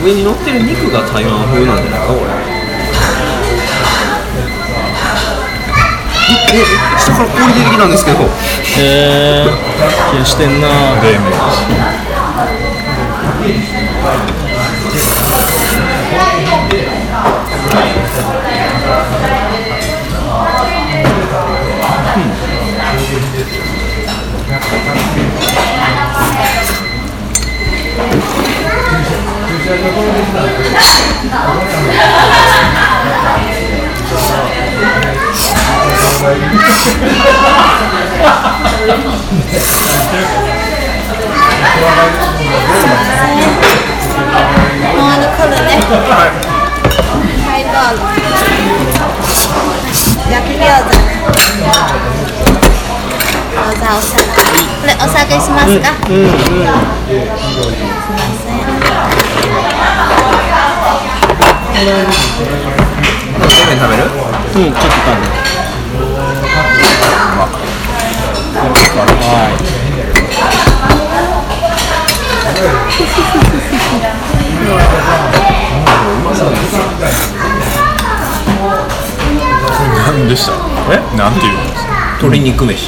上に乗ってる肉が台湾風なんじゃないかこれ。下から氷出てきたんですけど。 気にしてんな。 冷麺。 もう来るね。ハイボール。焼き餃子。どうぞお皿。これお下げしますか？すいません。 冷麺食べる？ ちょっと食べる。 何でした？なんていうの？ 鶏肉飯。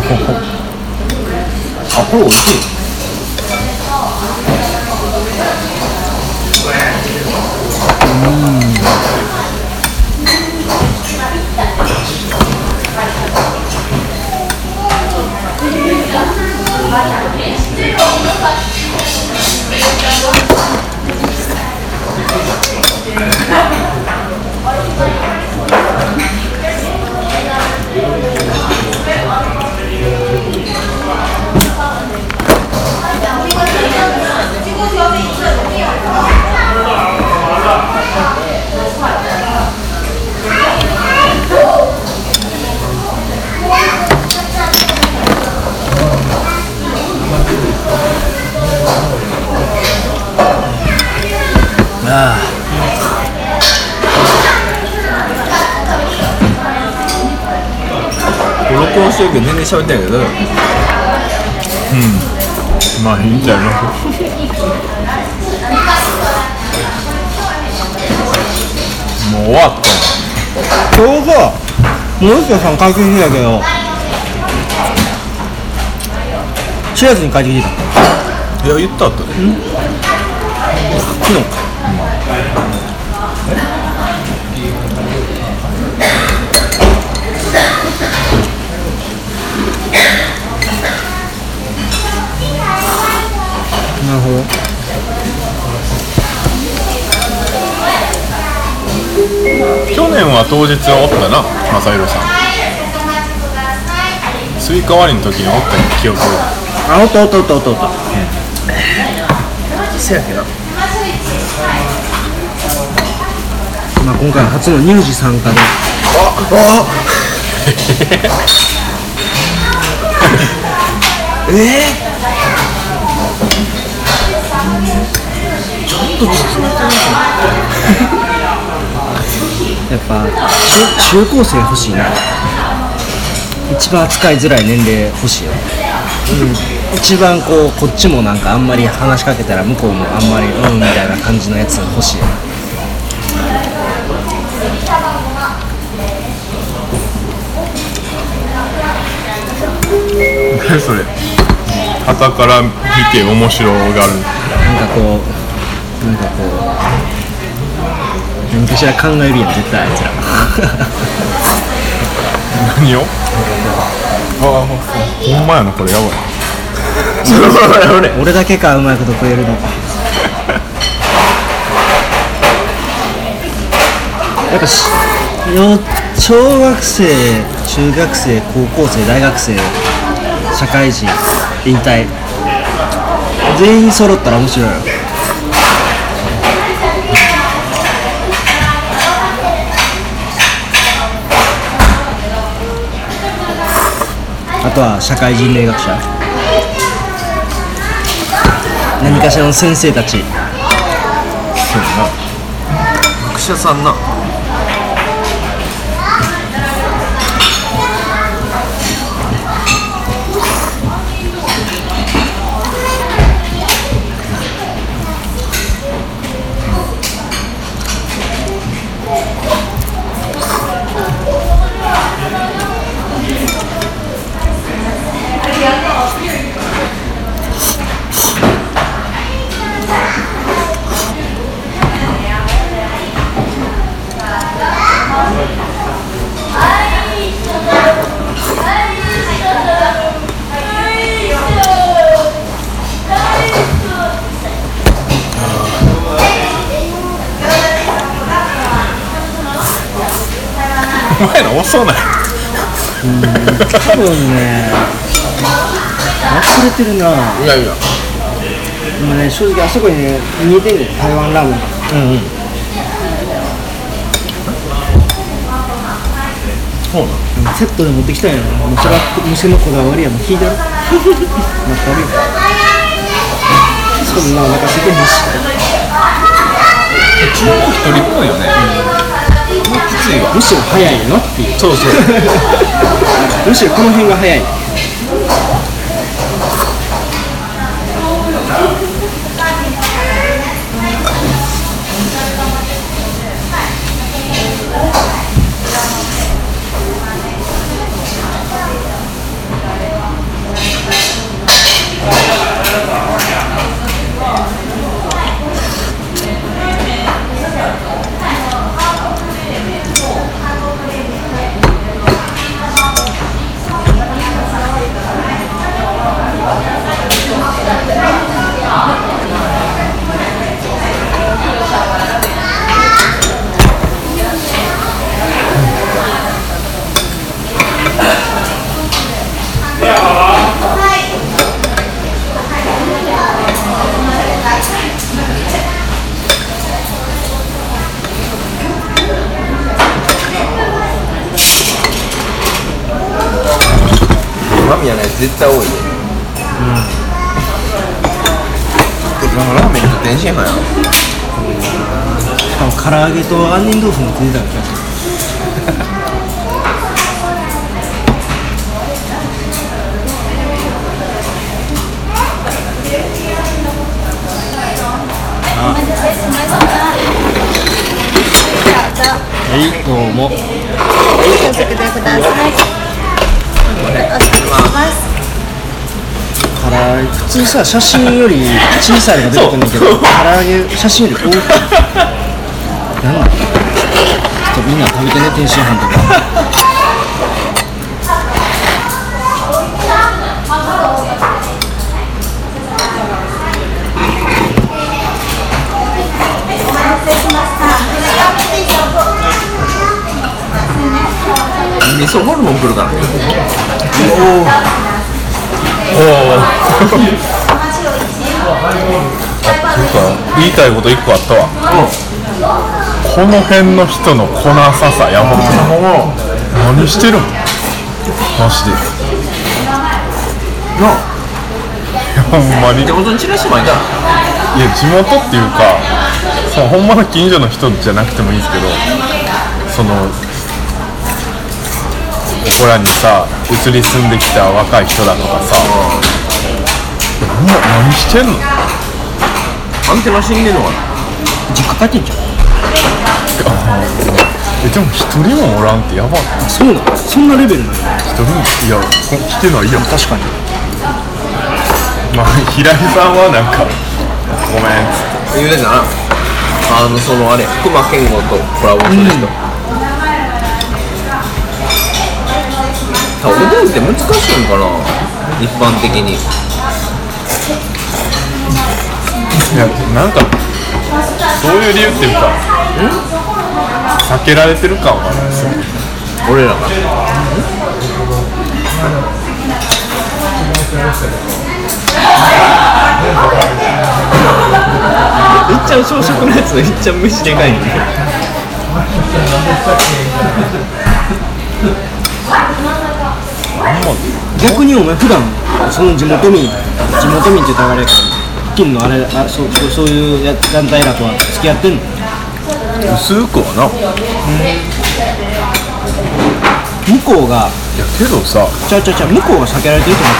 あ、これ美味しい。録音してるけど全然喋ってないけど、 まあいいんじゃないの。もう終わった。 今日さ、森下さん帰ってきてたけど、4月に帰ってきてた。 いや言った後で。 昨日か。なるほど。 去年は当日はおったな、正弘さん。スイカ割りの時におった記憶が。 あ、おった。 せやけど。 まあ今回は初の乳児参加で。やっぱ中高生欲しいな。一番扱いづらい年齢欲しいよ。一番こっちもなんかあんまり話しかけたら向こうもあんまりみたいな感じのやつ欲しいよ。 何それ。旗から見て面白がる。 なんか何かしら考えるやん絶対あいつら。 何を？ほんまやな、これやばい。 俺だけかうまいこと食えるの。やっぱ小学生、中学生、高校生、大学生、社会人、引退全員揃ったら面白いよ。あとは社会人類学者、何かしらの先生たち。 そうやな。 学者さんな。 前の遅ない。 多分ね忘れてるな。 いやいや。 今ね正直あそこにね見えてんねん台湾ラムが。 そうなの。 セットで持ってきたんやろ。もうそれは店のこだわりやもん。聞いてるわかるよ。そんなお腹空いてへんし。 中国一人っぽいよね。きついわ。 むしろ早いのっていう。 そうそう。 むしろこの辺が早い。 間宮のやつ絶対多いで。なんかラーメンと天津飯やろ。 しかも唐揚げと杏仁豆腐もついてたんですよ。はい、どうも。 気をつけてください。お願いします。 唐揚げ普通さ写真より小さいのが出てくるんだけど、唐揚げ写真より大きい。なんだ。ちょっとみんな食べてね天津飯とか。 味噌ホルモン来るからね。 言いたいこと1個あったわ。この辺の人の粉ささやばくない？何してるん？マジで。 なあ。 ほんまに。 地元にチラシ巻いたら。 いや地元っていうか、そのほんまの近所の人じゃなくてもいいんですけど、そのここらにさ移り住んできた若い人だとかさ、何してんの？ アンテナ死んでんのかな。 実家帰ってんじゃん。 でも一人もおらんってやばい。 そうなの？そんなレベルなの？ 一人もいや来てないよ。 確かに。 まあ平井さんはなんかごめんっつって言うてたな。そのあれ熊健吾とコラボする人。お盆って難しいんかな一般的に。 いやなんかそういう理由っていうか避けられてる感はあるんですよ俺らが。いっちゃん小食のやつのいっちゃん飯でかいんで。 逆にお前普段その地元民って言ったらあれやけど付近のあれそういう団体らとは付き合ってんの？ 薄くはな。 向こうがいやけどさ向こうが避けられてると思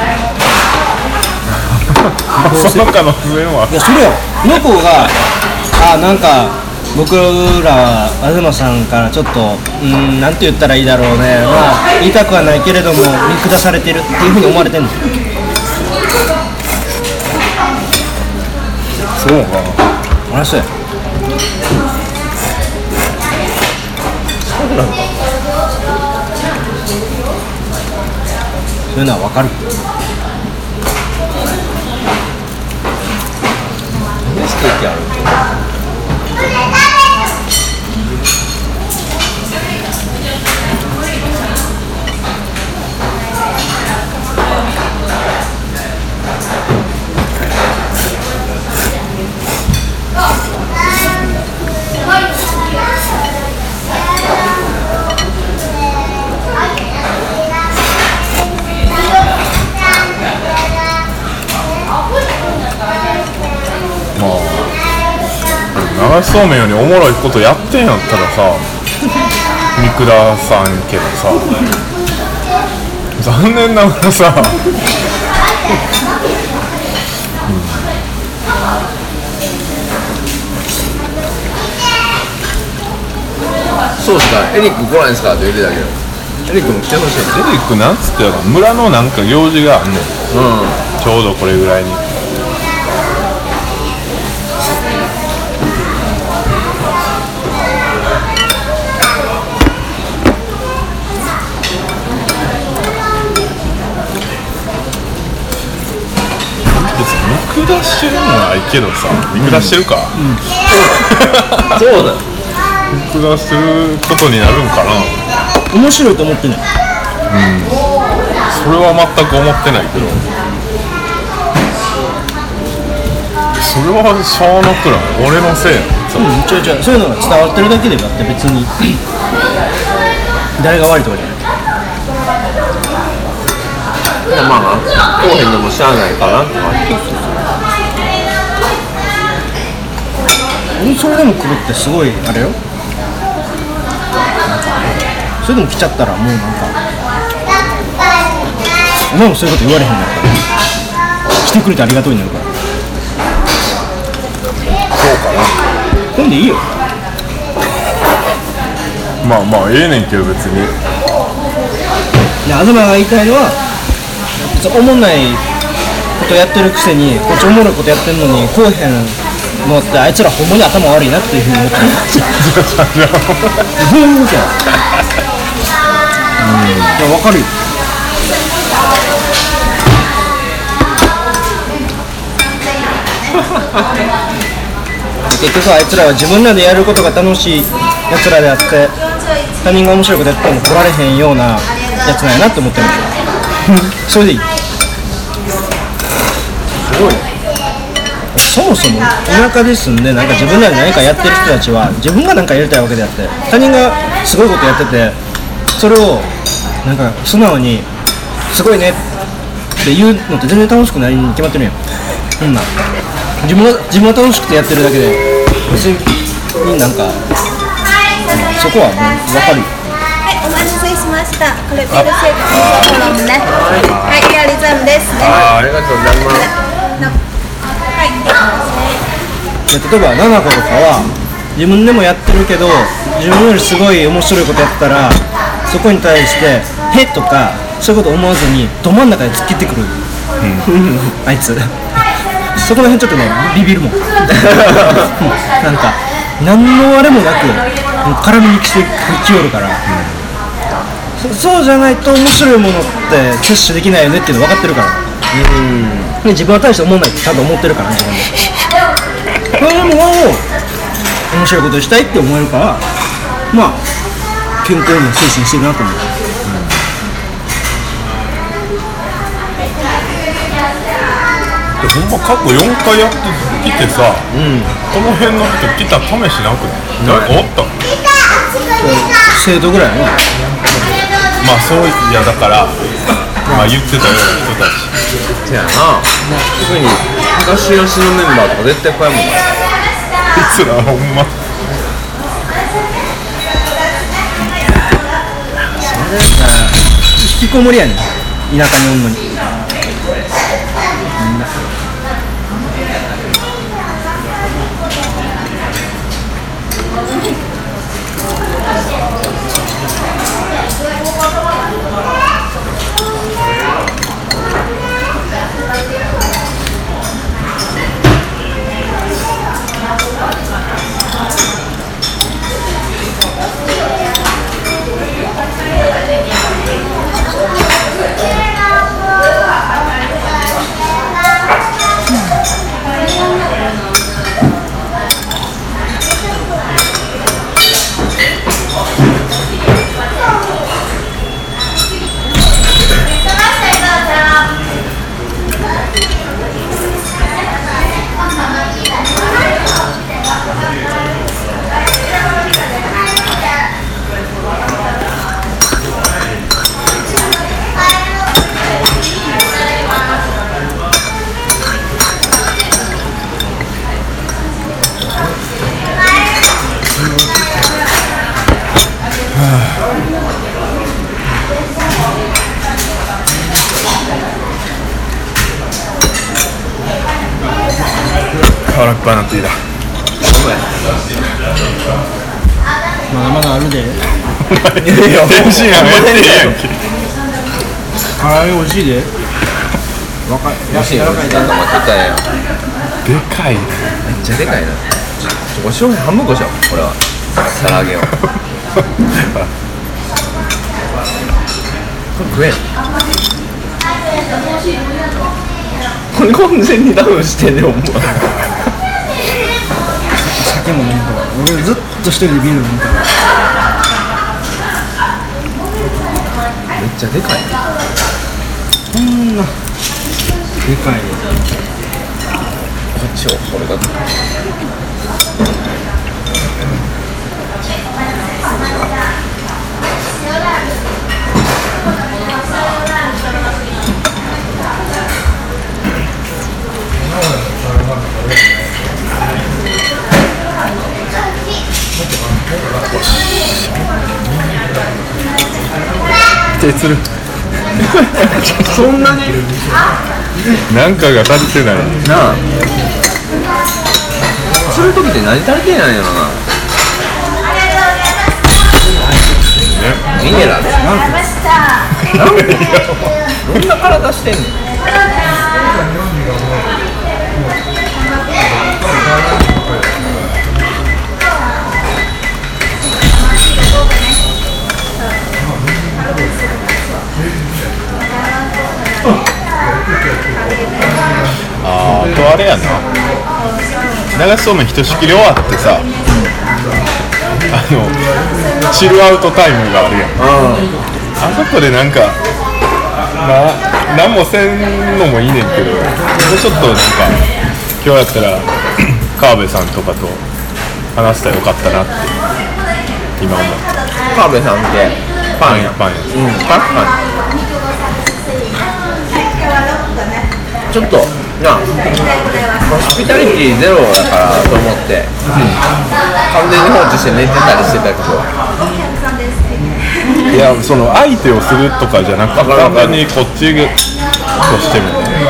ってんの？ その可能性はいやそれよ向こうがなんか僕らは東さんからちょっとなんて言ったらいいだろうね、まあ言いたくはないけれども見下されてるっていうふうに思われてんの？ そうかあらそうや。そういうのは分かる。 ステーキある。 流しそうめんよりおもろいことやってんやったらさ見下さんけどさ、残念ながらさそうっすか、エリック来ないんすかって言ってたけど、エリックも来てほしいんですよ。 エリックなんつってやろ、村のなんか行事があんねん、ちょうどこれぐらいに。見下してるのはないけどさ、見下してるか、 そうだよ。 見下してることになるんかな。 面白いと思ってない。 それは全く思ってないけど、それはしょうのくらい俺のせいやん。 違うそういうのが伝わってるだけであって別に誰が悪いとかじゃない。 いやまあ来おへんでもしゃあないかなって感じ。 それでも来るってすごいあれよ。それでも来ちゃったらもうなんかお前もそういうこと言われへんのやから来てくれてありがとうになるから。 そうかな。 ほんでいいよ。 まあまあええねんけど別に。 で東が言いたいのは別におもんないことやってるくせにこっちおもろいことやってんのに来おへんのってあいつらほんまに頭悪いなっていうふうに思ってる。そういうことや。いや分かるよ。結局あいつらは自分らでやることが楽しいやつらであって他人が面白いことやっても来られへんようなやつなんやなって思ってる。それでいい。 すごいね。 そもそも田舎で住んでなんか自分らで何かやってる人たちは自分が何かやりたいわけであって他人がすごいことやっててそれをなんか素直にすごいねって言うのって全然楽しくないに決まってるやん。自分は楽しくてやってるだけで別になんか、そこはもう分かるよ。 はい、お待たせしました。これミルシェイクコロンね。はい、リアリザムですね。 ありがとうございます。 はい、 で例えばナナコとかは自分でもやってるけど自分よりすごい面白いことやってたらそこに対して「へ」とかそういうこと思わずにど真ん中で突っ切ってくる、あいつそこら辺ちょっとねビビるもんなんか何のあれもなく絡みに来よるから、そうじゃないと面白いものって摂取できないよねっていうの分かってるから、で自分は大して思わないって多分思ってるから自分でそれでも面白いことしたいって思えるからまあ健康な精神してるなと思う。 ほんま過去4回やってきてさ、この辺の人来た試しなくない？誰かおったの？ 生徒ぐらいやな。 まあそういやだからまあ言ってたような人たち。 せやな。特に昔吉のメンバーとか絶対来やもんな。 あいつらほんま。 引きこもりやねん田舎におんのに。 ぱいなっていいだ。 まだまだあるで。 天津飯やってるやんけ。 唐揚げ美味しいで。若い。 美味しいよ。なんか待ってたやん。 でかい。 めっちゃでかいな。おしょう半分こしよう。これは唐揚げを。これ食えん。これ完全にダウンしてんねん、お前。 酒も飲むから。俺ずっと一人でビール飲むから。 めっちゃでかい。 こんなでかい。 こっちをこれが。 手つる。 そんなになんかが足りてない。 なあ。するときって何足りてないんやろな。ミネラル。どんな体してんの。 あとあれやな、流しそうめんひとしきり終わってさ、チルアウトタイムがあるやん。あそこでなんか何もせんのもいいねんけど、もうちょっとなんか今日やったら川辺さんとかと話したらよかったなって今思った。 川辺さんってパンや。 パンや。 確かに。ちょっとなあ、ホスピタリティゼロだからと思って、完全に放置して寝てたりしてたけど、 いや、その相手をするとかじゃなくて、単純にこっちとしてもね。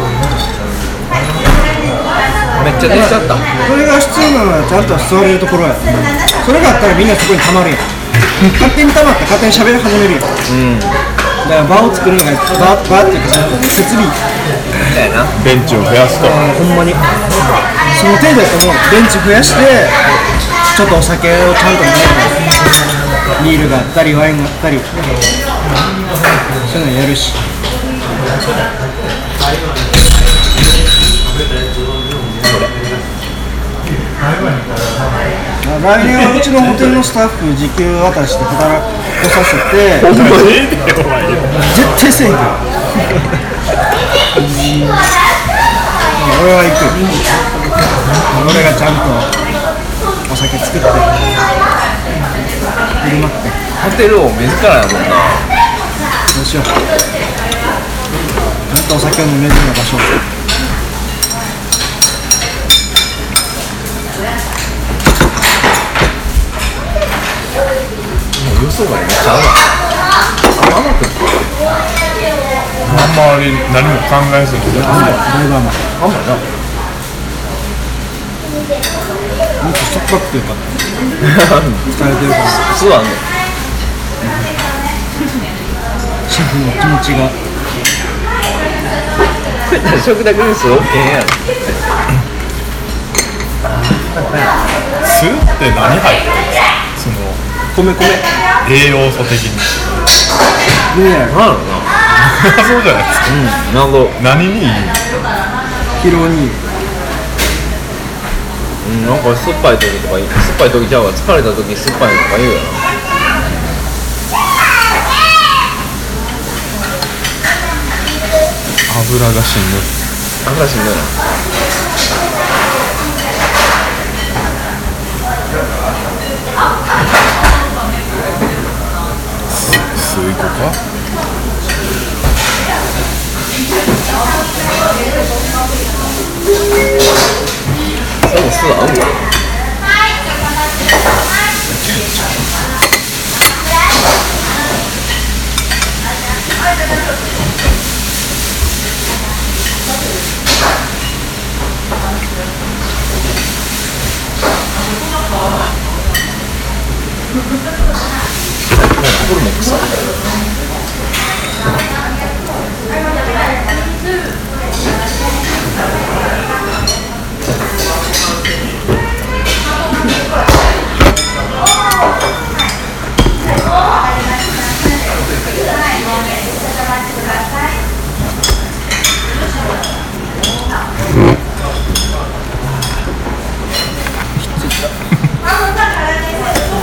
めっちゃ寝ちゃった。 それが必要なのはちゃんと座れるところや。それがあったらみんなそこに溜まるやん。勝手に溜まって勝手に喋り始めるやん。だから場を作るのが場っていうか設備みたいな。 ベンチを増やすと。 ほんまにその程度やともうベンチ増やしてちょっとお酒をちゃんと飲める、ビールがあったりワインがあったりそういうのやるし。来年はうちのホテルのスタッフ時給渡して働かさせて絶対せえへんけど俺は行く。俺がちゃんとお酒作って振る舞ってホテルを自らやもんな。 どうしよう。ちゃんとお酒を飲めるような場所。 予想外めっちゃ甘くあんまり何も考えずに。 だいぶ甘い。 甘いな。 もっとしょっぱくてよかった。疲れてるから普通はあんねん。 シェフの気持ちが食卓にすごく変やろ。 酢って何入ってる？その米栄養素的に。 ねえなんだろうな。 そうじゃないですか。 なるほど。 何にいい？ 疲労になんか酸っぱい時とか酸っぱい時ちゃうわ。疲れた時酸っぱいとか言うよな。 油がしんどい。 油しんどいな。 酢いこか？ それも酢合うわ。 い